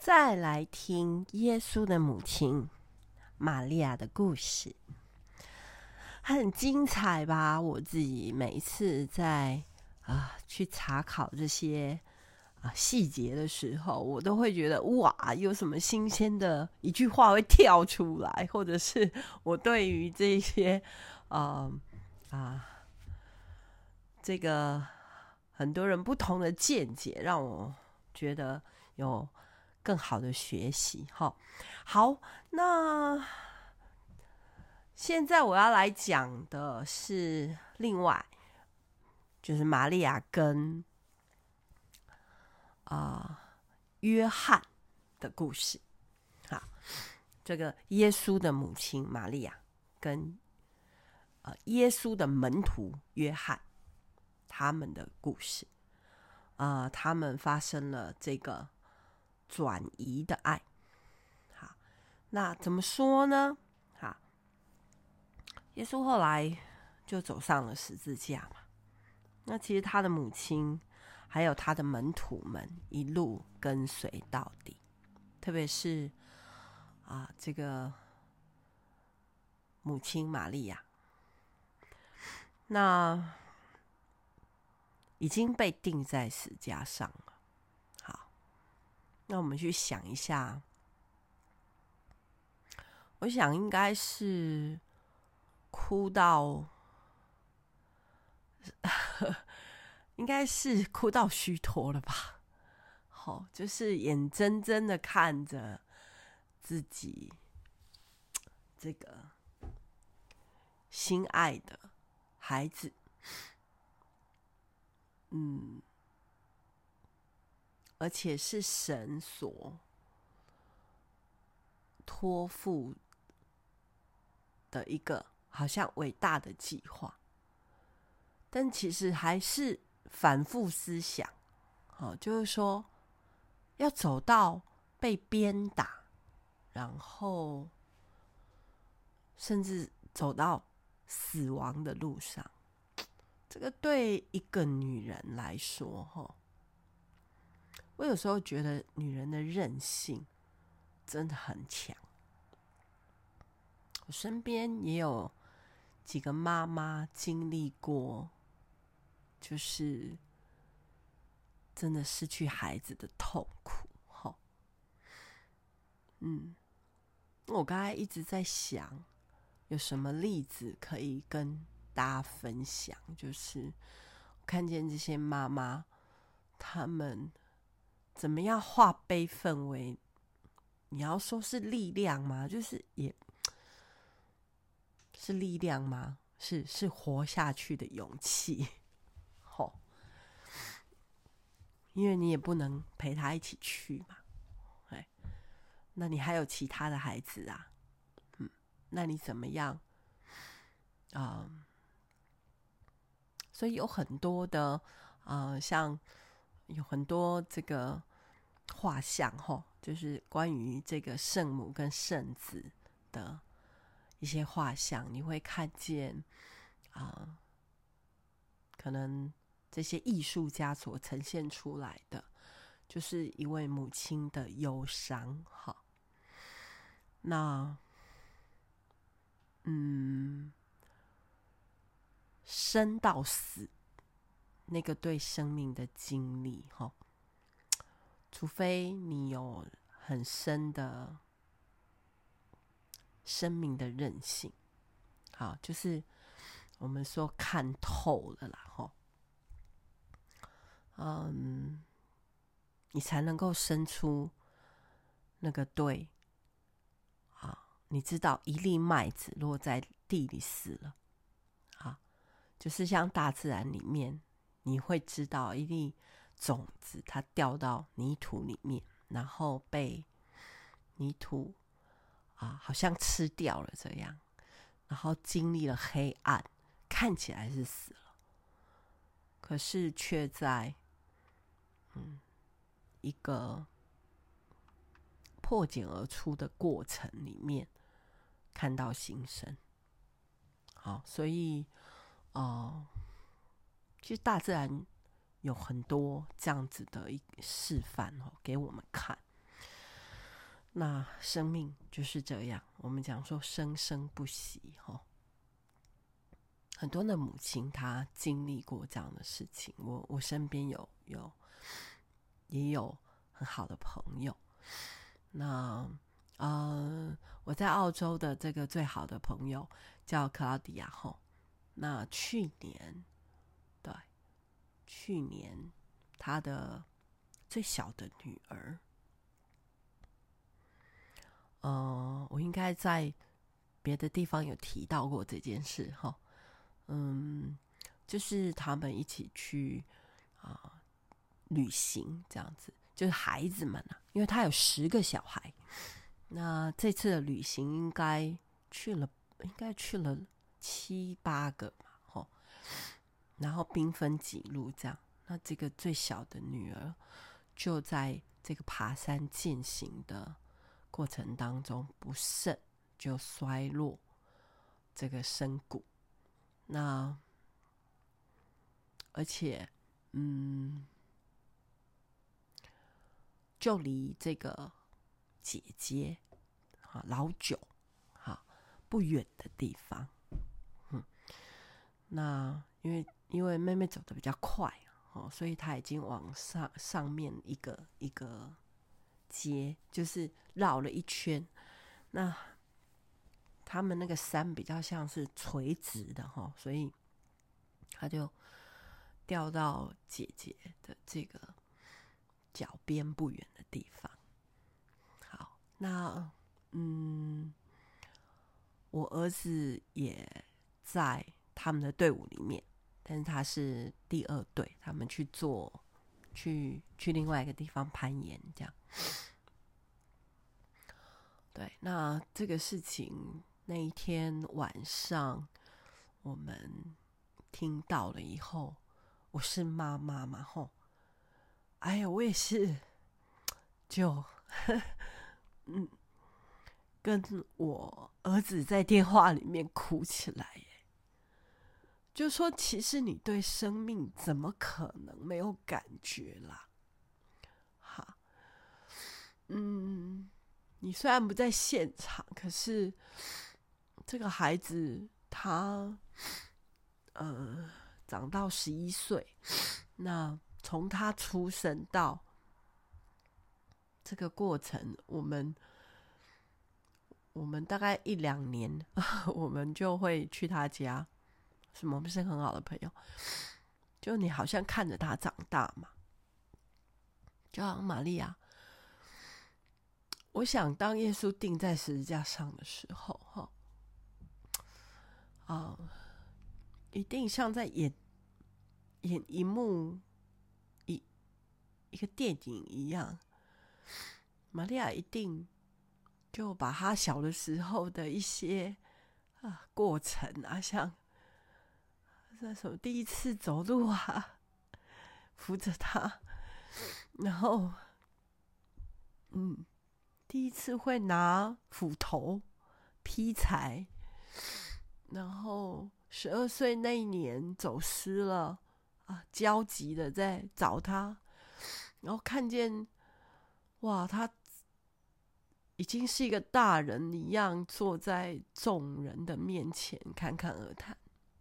再来听耶稣的母亲玛利亚的故事，很精彩吧？我自己每次在去查考这些细节的时候，我都会觉得哇，有什么新鲜的一句话会跳出来，或者是我对于这些这个很多人不同的见解，让我觉得有更好的学习。好，那现在我要来讲的是另外就是玛利亚跟约翰的故事。好，这个耶稣的母亲玛利亚跟耶稣的门徒约翰他们的故事。他们发生了这个转移的爱。好，那怎么说呢？好，耶稣后来就走上了十字架嘛。那其实他的母亲还有他的门徒们一路跟随到底，特别是这个母亲玛利亚，那已经被钉在十字架上了。好，那我们去想一下，我想应该是哭到应该是哭到虚脱了吧。好，就是眼睁睁的看着自己这个心爱的孩子而且是神所托付的一个好像伟大的计划，但其实还是反复思想，就是说要走到被鞭打，然后甚至走到死亡的路上，这个对一个女人来说，我有时候觉得女人的韧性真的很强。我身边也有几个妈妈经历过，就是真的失去孩子的痛苦。我刚才一直在想，有什么例子可以跟大家分享，就是看见这些妈妈，她们怎么样化悲愤为，你要说是力量吗？就是也是力量吗？是活下去的勇气。因为你也不能陪他一起去嘛，那你还有其他的孩子啊，那你怎么样？所以有很多的像有很多这个画像就是关于这个圣母跟圣子的一些画像，你会看见可能这些艺术家所呈现出来的，就是一位母亲的忧伤。那生到死那个对生命的经历，除非你有很深的生命的韧性，好，就是我们说看透了啦，你才能够生出那个对你知道一粒麦子落在地里死了，就是像大自然里面，你会知道一粒种子它掉到泥土里面，然后被泥土好像吃掉了这样，然后经历了黑暗，看起来是死了，可是却在一个破茧而出的过程里面看到新生。好，所以其实大自然有很多这样子的示范给我们看。 那生命就是这样，我们讲说生生不息很多的母亲她经历过这样的事情，我身边也有很好的朋友。那我在澳洲的这个最好的朋友叫克劳迪亚那去年她的最小的女儿，我应该在别的地方有提到过这件事就是他们一起去旅行这样子，就是孩子们因为他有10个小孩，那这次的旅行应该去了7、8个吧然后兵分几路这样。那这个最小的女儿就在这个爬山健行的过程当中不慎就摔落这个深谷，那而且就离这个姐姐老九不远的地方。那因为妹妹走得比较快所以她已经往上面一个街就是绕了一圈。那他们那个山比较像是垂直的所以他就掉到姐姐的这个脚边不远的地方。好，那我儿子也在他们的队伍里面，但是他是第2队，他们去另外一个地方攀岩这样。对，那这个事情那一天晚上我们听到了以后，我是妈妈嘛哎呀，我也是就跟我儿子在电话里面哭起来耶，就说其实你对生命怎么可能没有感觉啦？你虽然不在现场，可是这个孩子他长到11岁，那从他出生到这个过程，我们大概1-2年我们就会去他家，我们是很好的朋友，就你好像看着他长大嘛，就好像玛利亚，我想当耶稣钉在十字架上的时候一定像在演一幕一个电影一样，玛利亚一定就把他小的时候的一些过程像什么第一次走路扶着他，然后第一次会拿斧头劈柴，然后12岁那一年走失了焦急的在找他，然后看见他已经是一个大人一样坐在众人的面前侃侃而谈。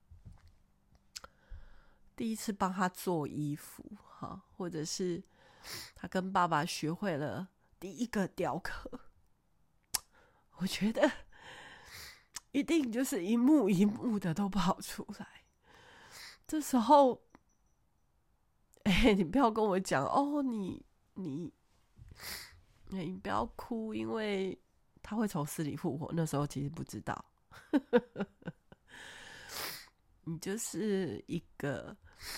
第一次帮他做衣服或者是他跟爸爸学会了第一个雕刻，我觉得一定就是一幕一幕的都跑出来。这时候你不要跟我讲你不要哭，因为他会从死里复活，那时候其实不知道你就是一个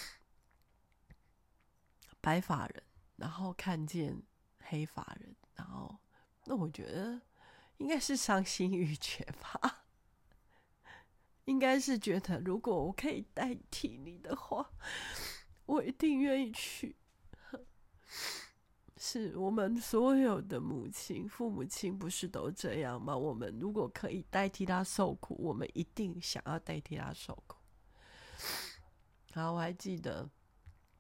白发人，然后看见黑发人，然后那我觉得应该是伤心欲绝吧，应该是觉得如果我可以代替你的话，我一定愿意去。是我们所有的父母亲不是都这样吗？我们如果可以代替他受苦，我们一定想要代替他受苦。好，我还记得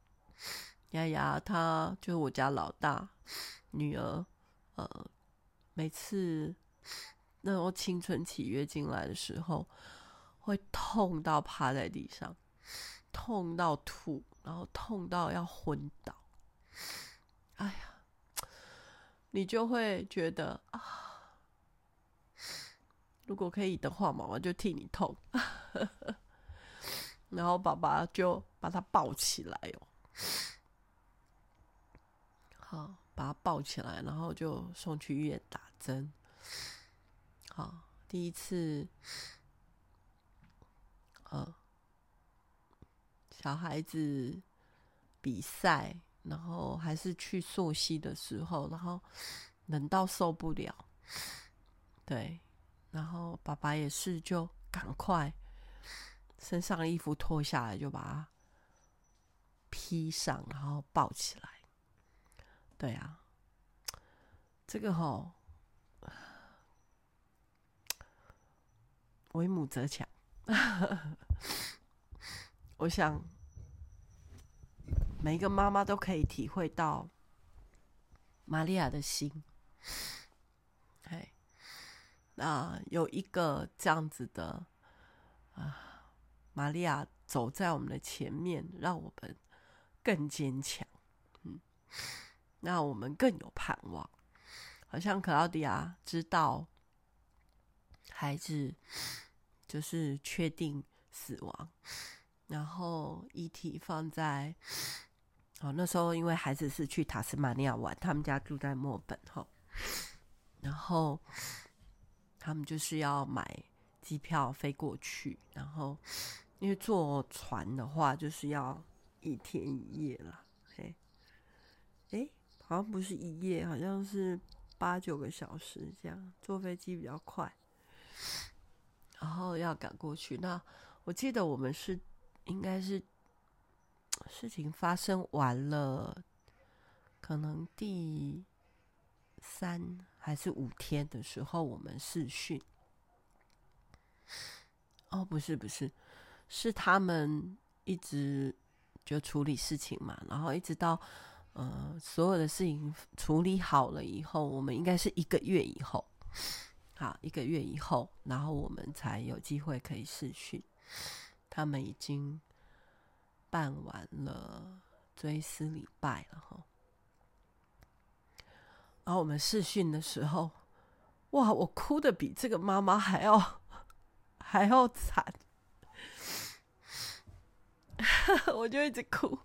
丫丫她就是我家老大女儿每次那种青春期月经来的时候，会痛到趴在地上，痛到吐，然后痛到要昏倒。哎呀，你就会觉得啊，如果可以的话，妈妈就替你痛。然后爸爸就把他抱起来哦，好，把他抱起来，然后就送去医院打针。好，第一次，小孩子比赛，然后还是去溯溪的时候，然后冷到受不了，对，然后爸爸也是就赶快身上的衣服脱下来，就把它披上，然后抱起来。对啊，这个为母则强。我想每一个妈妈都可以体会到玛利亚的心。那有一个这样子的玛利亚走在我们的前面，让我们更坚强。那我们更有盼望。好像克劳迪亚知道孩子就是确定死亡，然后遗体放在那时候因为孩子是去塔斯马尼亚玩，他们家住在墨尔本然后他们就是要买机票飞过去，然后因为坐船的话就是要1天1夜啦，好像不是1夜，好像是8、9个小时这样，坐飞机比较快，然后要赶过去。那我记得我们应该是事情发生完了，可能第3还是5天的时候，我们视讯。不是，是他们一直就处理事情嘛，然后一直到所有的事情处理好了以后，我们应该是1个月以后，好，1个月以后，然后我们才有机会可以视讯。他们已经办完了追思礼拜了然后我们视讯的时候，哇，我哭的比这个妈妈还要惨。我就一直哭，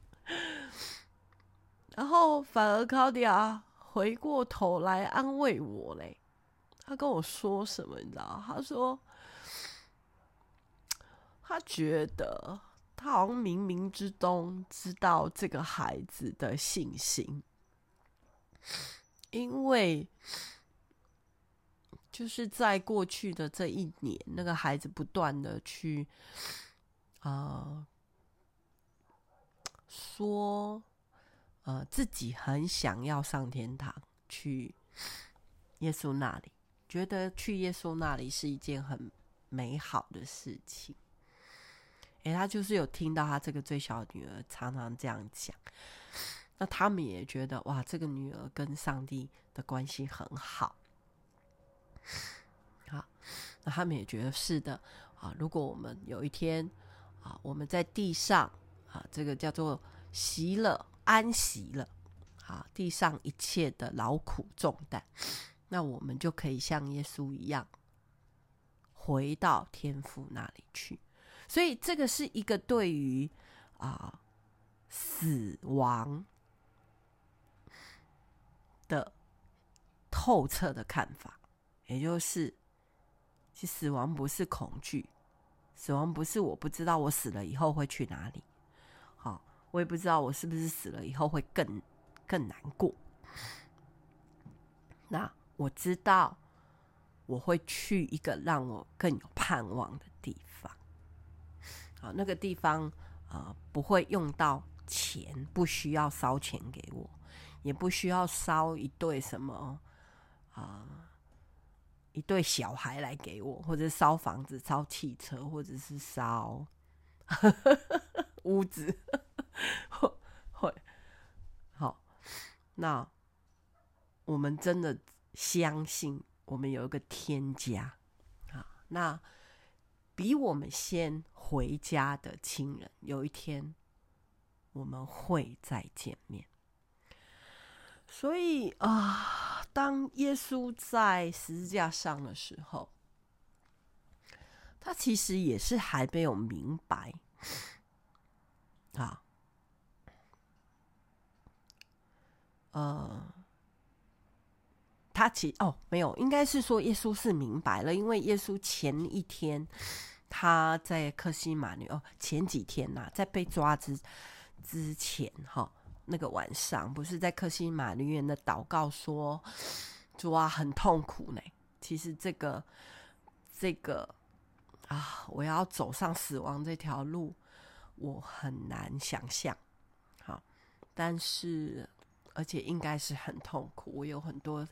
然后反而考迪亚回过头来安慰我嘞。他跟我说什么你知道，他说他觉得他好像冥冥之中知道这个孩子的信心，因为就是在过去的这1年，那个孩子不断的去说自己很想要上天堂，去耶稣那里，觉得去耶稣那里是一件很美好的事情。他就是有听到他这个最小的女儿常常这样讲，那他们也觉得哇，这个女儿跟上帝的关系很好。好，那他们也觉得是的如果我们有一天我们在地上这个叫做息了，安息了地上一切的劳苦重担，那我们就可以像耶稣一样回到天父那里去。所以这个是一个对于死亡的透彻的看法，也就是其实死亡不是恐惧，死亡不是我不知道我死了以后会去哪里，我也不知道我是不是死了以后会更难过。那我知道我会去一个让我更有盼望的地方。那个地方不会用到钱，不需要烧钱给我，也不需要烧一对什么一对小孩来给我，或者烧房子、烧汽车，或者是烧屋子会好。那我们真的相信我们有一个天家啊，那比我们先回家的亲人，有一天我们会再见面。所以当耶稣在十字架上的时候，他其实也是还没有明白啊，他没有，应该是说耶稣是明白了，因为耶稣前一天他在客西马尼前几天在被抓之前那个晚上不是在客西马尼园的祷告说，主啊很痛苦呢。其实这个我要走上死亡这条路，我很难想象。好，但是而且应该是很痛苦，我有很多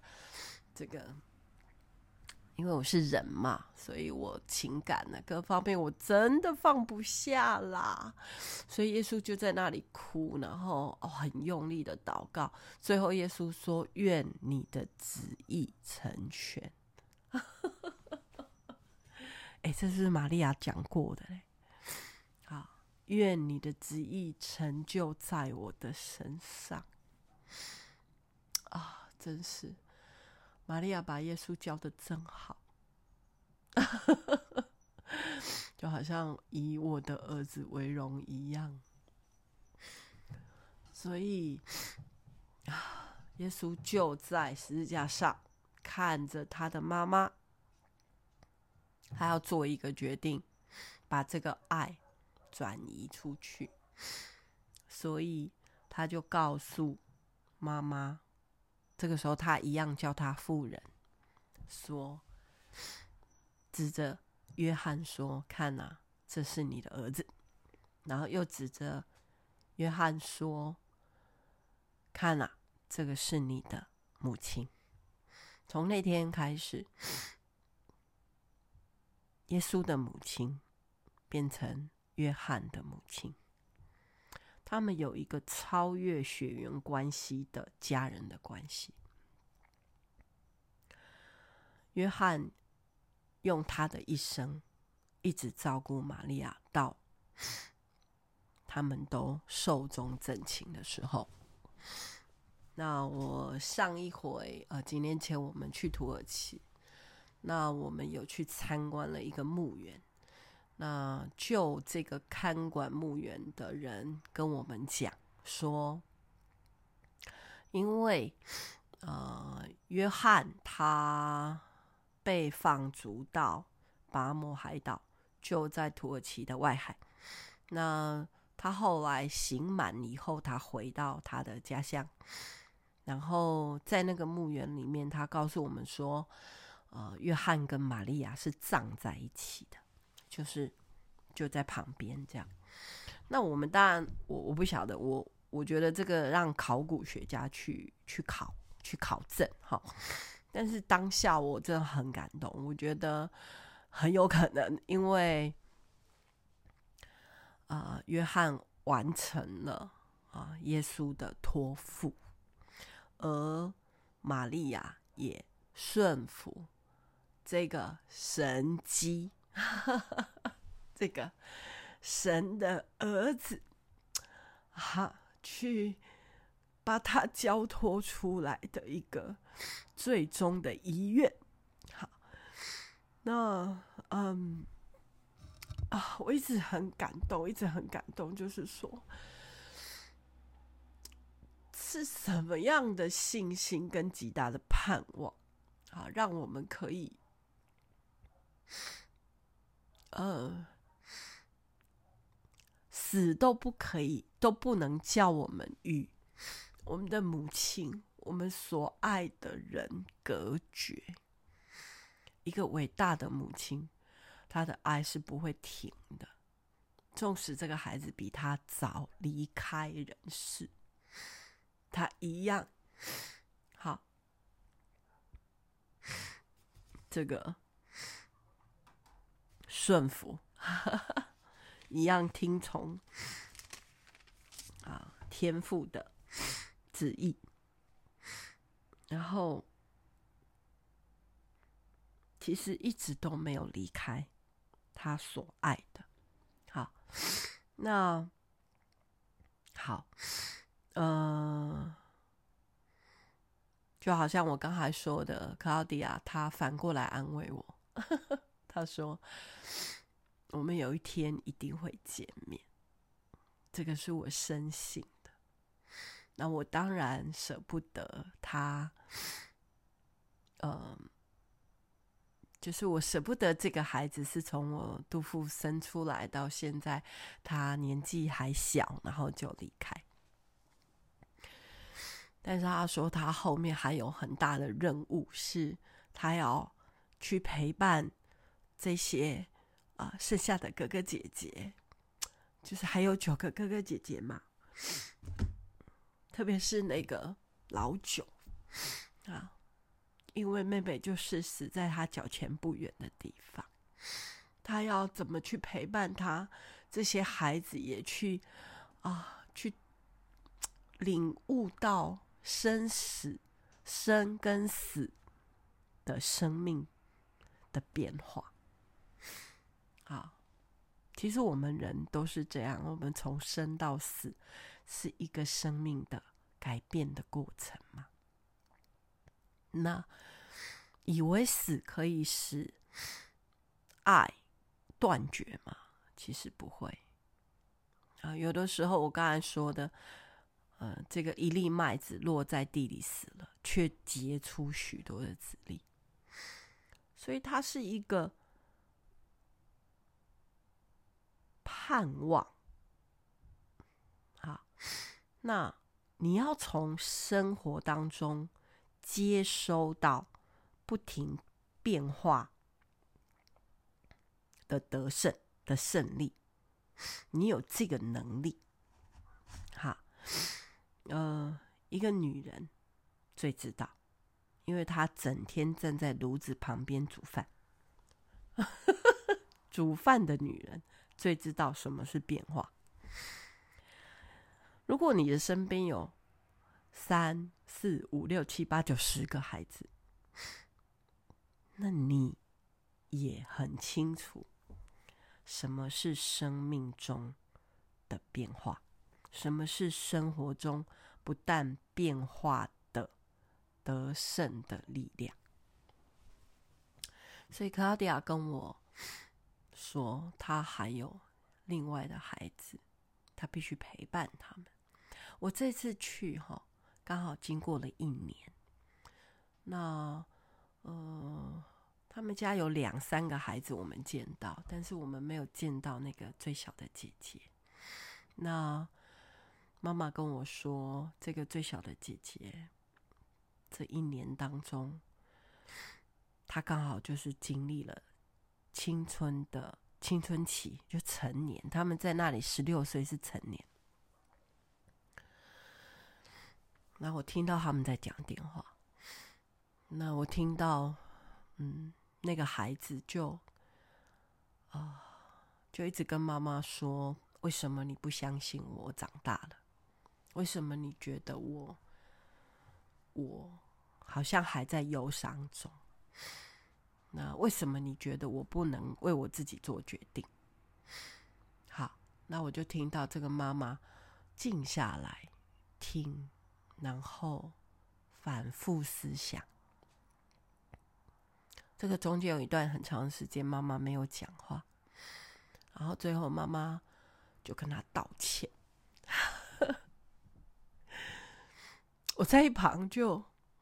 因为我是人嘛，所以我情感各方面我真的放不下啦。所以耶稣就在那里哭，然后很用力的祷告。最后耶稣说：“愿你的旨意成全。”这是玛利亚讲过的嘞。好，愿你的旨意成就在我的身上。真是玛利亚把耶稣教得真好。就好像以我的儿子为荣一样。所以耶稣就在十字架上看着他的妈妈，他要做一个决定，把这个爱转移出去。所以他就告诉妈妈，这个时候他一样叫他妇人，说，指着约翰说：“看啊，这是你的儿子。”然后又指着约翰说：“看啊，这个是你的母亲。”从那天开始，耶稣的母亲变成约翰的母亲。他们有一个超越血缘关系的家人的关系。约翰用他的一生一直照顾玛利亚，到他们都寿终正寝的时候。那我上一回几年前我们去土耳其，那我们有去参观了一个墓园。那就这个看管墓园的人跟我们讲说，因为约翰他被放逐到巴摩海岛，就在土耳其的外海。那他后来刑满以后，他回到他的家乡，然后在那个墓园里面，他告诉我们说，约翰跟玛利亚是葬在一起的，就在旁边这样。那我们当然我不晓得，我觉得这个让考古学家去考证哈。但是当下我真的很感动，我觉得很有可能，因为约翰完成了耶稣的托付，而玛利亚也顺服这个神迹，这个神的儿子去把他交托出来的一个最终的遗愿。好，那我一直很感动，就是说是什么样的信心跟极大的盼望让我们可以死都不能叫我们与我们的母亲，我们所爱的人隔绝。一个伟大的母亲，她的爱是不会停的，纵使这个孩子比她早离开人世，她一样这个顺服，一样听从天父的旨意。然后其实一直都没有离开他所爱的。好，那好，就好像我刚才说的，克劳迪亚她反过来安慰我，她说我们有一天一定会见面，这个是我深信的。那我当然舍不得他，就是我舍不得这个孩子是从我肚腹生出来到现在，他年纪还小，然后就离开。但是他说他后面还有很大的任务，是他要去陪伴这些剩下的哥哥姐姐，就是还有9个哥哥姐姐嘛，特别是那个老9啊，因为妹妹就是死在他脚前不远的地方，他要怎么去陪伴他这些孩子，也去领悟到生跟死的生命的变化。好，其实我们人都是这样，我们从生到死是一个生命的改变的过程嘛。那以为死可以使爱断绝吗？其实不会有的时候我刚才说的这个一粒麦子落在地里死了，却结出许多的子粒，所以它是一个盼望。好，那你要从生活当中接收到不停变化的得胜的胜利，你有这个能力。好，一个女人最知道，因为她整天站在炉子旁边煮饭。煮饭的女人最知道什么是变化。如果你的身边有3、4、5、6、7、8、9、10个孩子，那你也很清楚什么是生命中的变化，什么是生活中不但变化的得胜的力量。所以克劳迪亚跟我说，他还有另外的孩子，他必须陪伴他们。我这次去刚好经过了1年，那他们家有2、3个孩子我们见到，但是我们没有见到那个最小的姐姐。那妈妈跟我说，这个最小的姐姐这1年当中，她刚好就是经历了青春期，就成年，他们在那里16岁是成年。那我听到他们在讲电话，那我听到那个孩子就一直跟妈妈说，为什么你不相信我长大了？为什么你觉得我好像还在忧伤中？那为什么你觉得我不能为我自己做决定？好，那我就听到这个妈妈静下来听，然后反复思想。这个中间有一段很长的时间，妈妈没有讲话，然后最后妈妈就跟她道歉。我在一旁就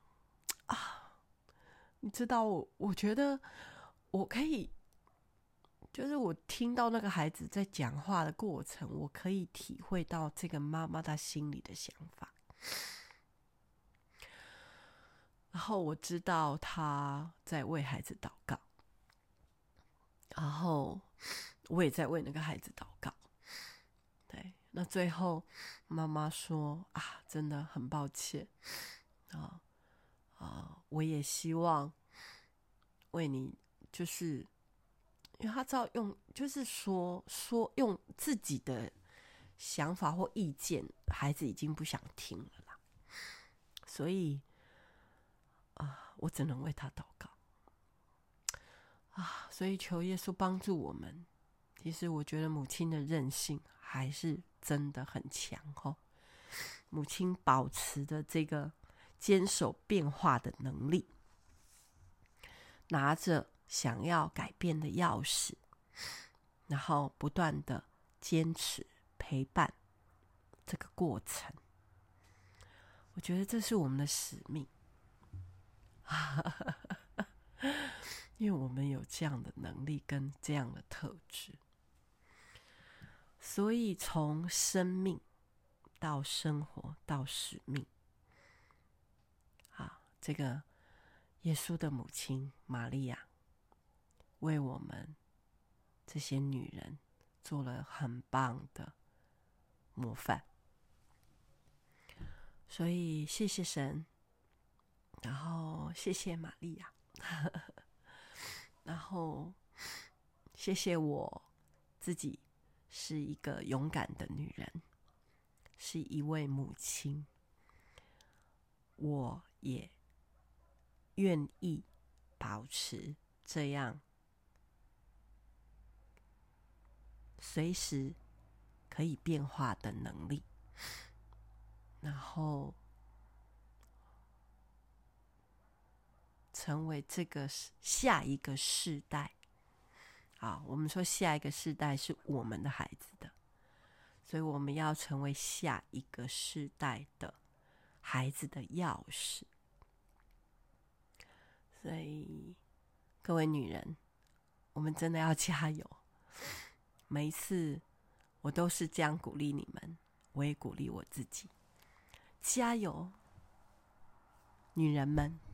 你知道我觉得我可以，就是我听到那个孩子在讲话的过程，我可以体会到这个妈妈她心里的想法。然后我知道她在为孩子祷告，然后我也在为那个孩子祷告。对，那最后妈妈说真的很抱歉我也希望为你，就是因为他知道就是说用自己的想法或意见，孩子已经不想听了啦，所以我只能为他祷告。 所以求耶稣帮助我们。其实我觉得母亲的韧性还是真的很强哦。母亲保持着这个坚守变化的能力，拿着想要改变的钥匙，然后不断的坚持陪伴这个过程。我觉得这是我们的使命因为我们有这样的能力跟这样的特质，所以从生命到生活到使命，这个耶稣的母亲玛利亚为我们这些女人做了很棒的模范。所以谢谢神，然后谢谢玛利亚然后谢谢我自己是一个勇敢的女人，是一位母亲。我也愿意保持这样随时可以变化的能力，然后成为这个下一个世代。我们说下一个世代是我们的孩子的，所以我们要成为下一个世代的孩子的钥匙。所以各位女人，我们真的要加油。每一次我都是这样鼓励你们，我也鼓励我自己，加油，女人们。